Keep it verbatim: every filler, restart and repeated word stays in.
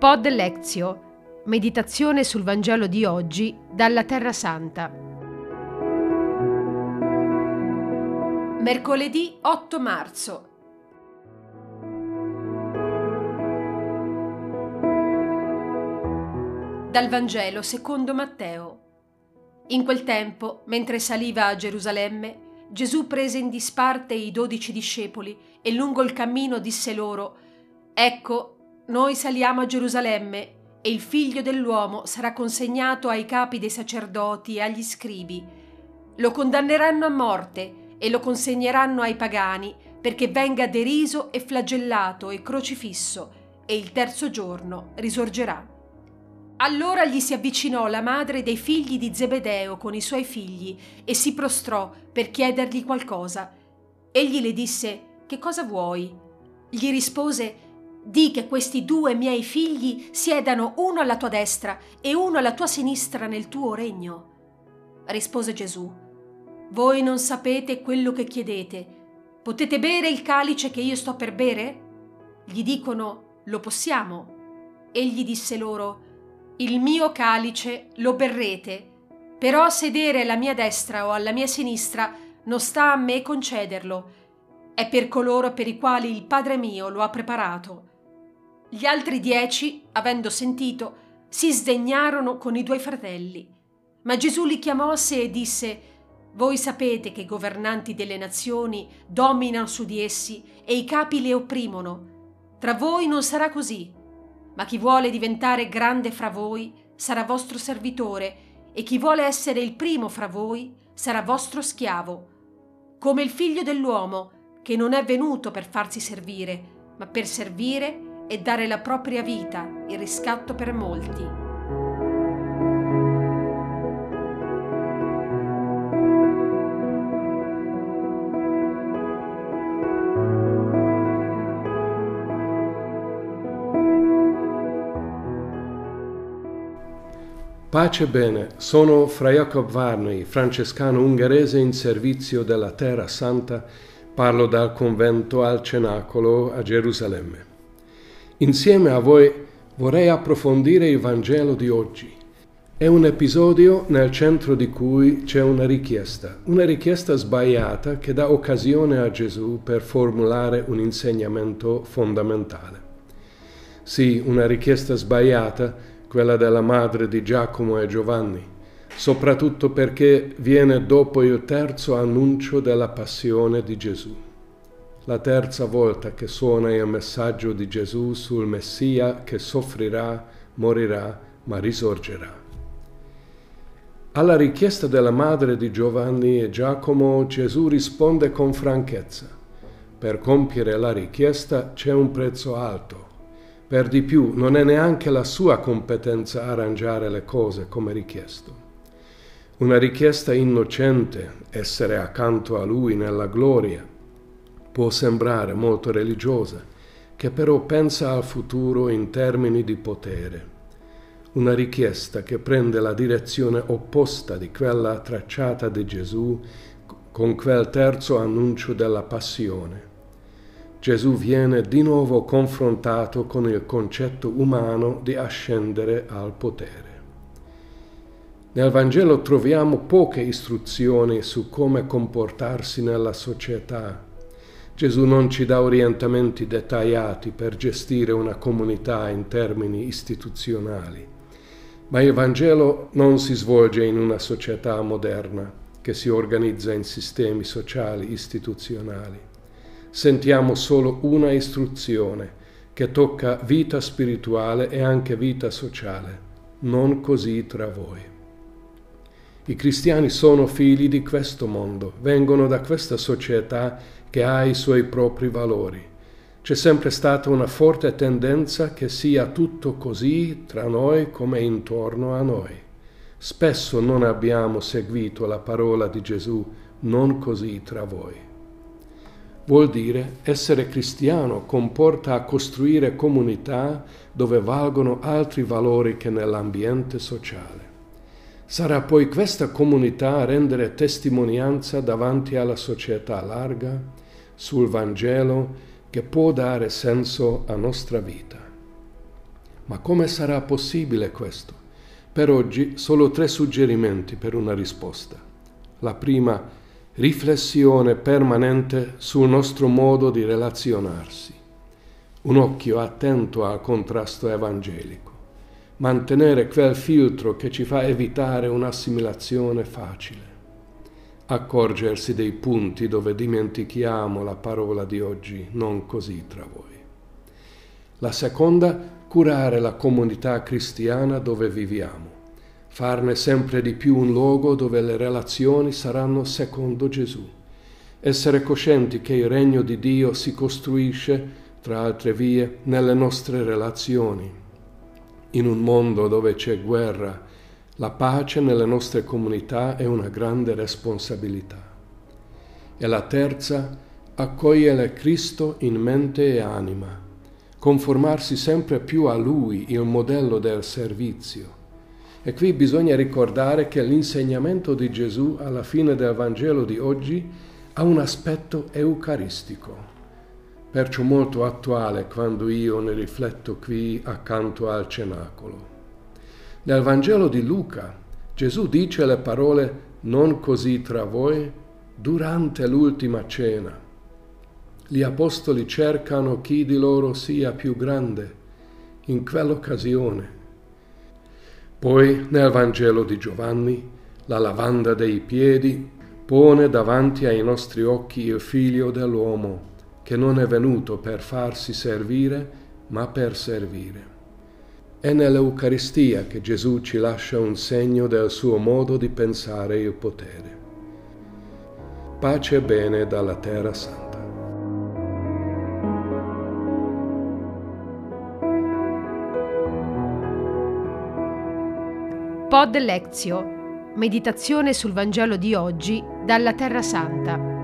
Pod Lectio, meditazione sul Vangelo di oggi dalla Terra Santa. Mercoledì otto marzo. Dal Vangelo secondo Matteo. In quel tempo, mentre saliva a Gerusalemme, Gesù prese in disparte i dodici discepoli e lungo il cammino disse loro: «Ecco, noi saliamo a Gerusalemme e il Figlio dell'uomo sarà consegnato ai capi dei sacerdoti e agli scribi. Lo condanneranno a morte e lo consegneranno ai pagani perché venga deriso e flagellato e crocifisso e il terzo giorno risorgerà». Allora gli si avvicinò la madre dei figli di Zebedeo con i suoi figli e si prostrò per chiedergli qualcosa. Egli le disse: «Che cosa vuoi?» Gli rispose: «Di che questi due miei figli siedano uno alla tua destra e uno alla tua sinistra nel tuo regno». Rispose Gesù: «Voi non sapete quello che chiedete. Potete bere il calice che io sto per bere?» Gli dicono: «Lo possiamo». Egli disse loro: «Il mio calice lo berrete, però sedere alla mia destra o alla mia sinistra non sta a me concederlo. È per coloro per i quali il Padre mio lo ha preparato». Gli altri dieci, avendo sentito, si sdegnarono con i due fratelli. Ma Gesù li chiamò a sé e disse: «Voi sapete che i governanti delle nazioni dominano su di essi e i capi li opprimono. Tra voi non sarà così. Ma chi vuole diventare grande fra voi sarà vostro servitore, e chi vuole essere il primo fra voi sarà vostro schiavo. Come il Figlio dell'uomo, che non è venuto per farsi servire, ma per servire e dare la propria vita in riscatto per molti». Pace e bene, sono Fra Jacob Varney, francescano ungherese in servizio della Terra Santa. Parlo dal convento al Cenacolo a Gerusalemme. Insieme a voi vorrei approfondire il Vangelo di oggi. È un episodio nel centro di cui c'è una richiesta, una richiesta sbagliata che dà occasione a Gesù per formulare un insegnamento fondamentale. Sì, una richiesta sbagliata, quella della madre di Giacomo e Giovanni, soprattutto perché viene dopo il terzo annuncio della passione di Gesù. La terza volta che suona il messaggio di Gesù sul Messia che soffrirà, morirà, ma risorgerà. Alla richiesta della madre di Giovanni e Giacomo, Gesù risponde con franchezza. Per compiere la richiesta c'è un prezzo alto. Per di più, non è neanche la sua competenza arrangiare le cose come richiesto. Una richiesta innocente, essere accanto a lui nella gloria, può sembrare molto religiosa, che però pensa al futuro in termini di potere. Una richiesta che prende la direzione opposta di quella tracciata di Gesù con quel terzo annuncio della passione. Gesù viene di nuovo confrontato con il concetto umano di ascendere al potere. Nel Vangelo troviamo poche istruzioni su come comportarsi nella società. Gesù non ci dà orientamenti dettagliati per gestire una comunità in termini istituzionali. Ma il Vangelo non si svolge in una società moderna che si organizza in sistemi sociali istituzionali. Sentiamo solo una istruzione che tocca vita spirituale e anche vita sociale. Non così tra voi. I cristiani sono figli di questo mondo, vengono da questa società che ha i suoi propri valori. C'è sempre stata una forte tendenza che sia tutto così tra noi come intorno a noi. Spesso non abbiamo seguito la parola di Gesù, non così tra voi. Vuol dire essere cristiano comporta a costruire comunità dove valgono altri valori che nell'ambiente sociale. Sarà poi questa comunità a rendere testimonianza davanti alla società larga sul Vangelo che può dare senso a nostra vita. Ma come sarà possibile questo? Per oggi solo tre suggerimenti per una risposta. La prima, riflessione permanente sul nostro modo di relazionarsi. Un occhio attento al contrasto evangelico. Mantenere quel filtro che ci fa evitare un'assimilazione facile. Accorgersi dei punti dove dimentichiamo la parola di oggi, non così tra voi. La seconda, curare la comunità cristiana dove viviamo. Farne sempre di più un luogo dove le relazioni saranno secondo Gesù. Essere coscienti che il regno di Dio si costruisce, tra altre vie, nelle nostre relazioni. In un mondo dove c'è guerra, la pace nelle nostre comunità è una grande responsabilità. E la terza, accogliere Cristo in mente e anima, conformarsi sempre più a Lui, il modello del servizio. E qui bisogna ricordare che l'insegnamento di Gesù alla fine del Vangelo di oggi ha un aspetto eucaristico, perciò molto attuale quando io ne rifletto qui accanto al cenacolo. Nel Vangelo di Luca Gesù dice le parole «non così tra voi» durante l'ultima cena. Gli apostoli cercano chi di loro sia più grande in quell'occasione. Poi nel Vangelo di Giovanni la lavanda dei piedi pone davanti ai nostri occhi il Figlio dell'uomo che non è venuto per farsi servire ma per servire. È nell'Eucaristia che Gesù ci lascia un segno del suo modo di pensare il potere. Pace e bene dalla Terra Santa. Pod Lectio, meditazione sul Vangelo di oggi dalla Terra Santa.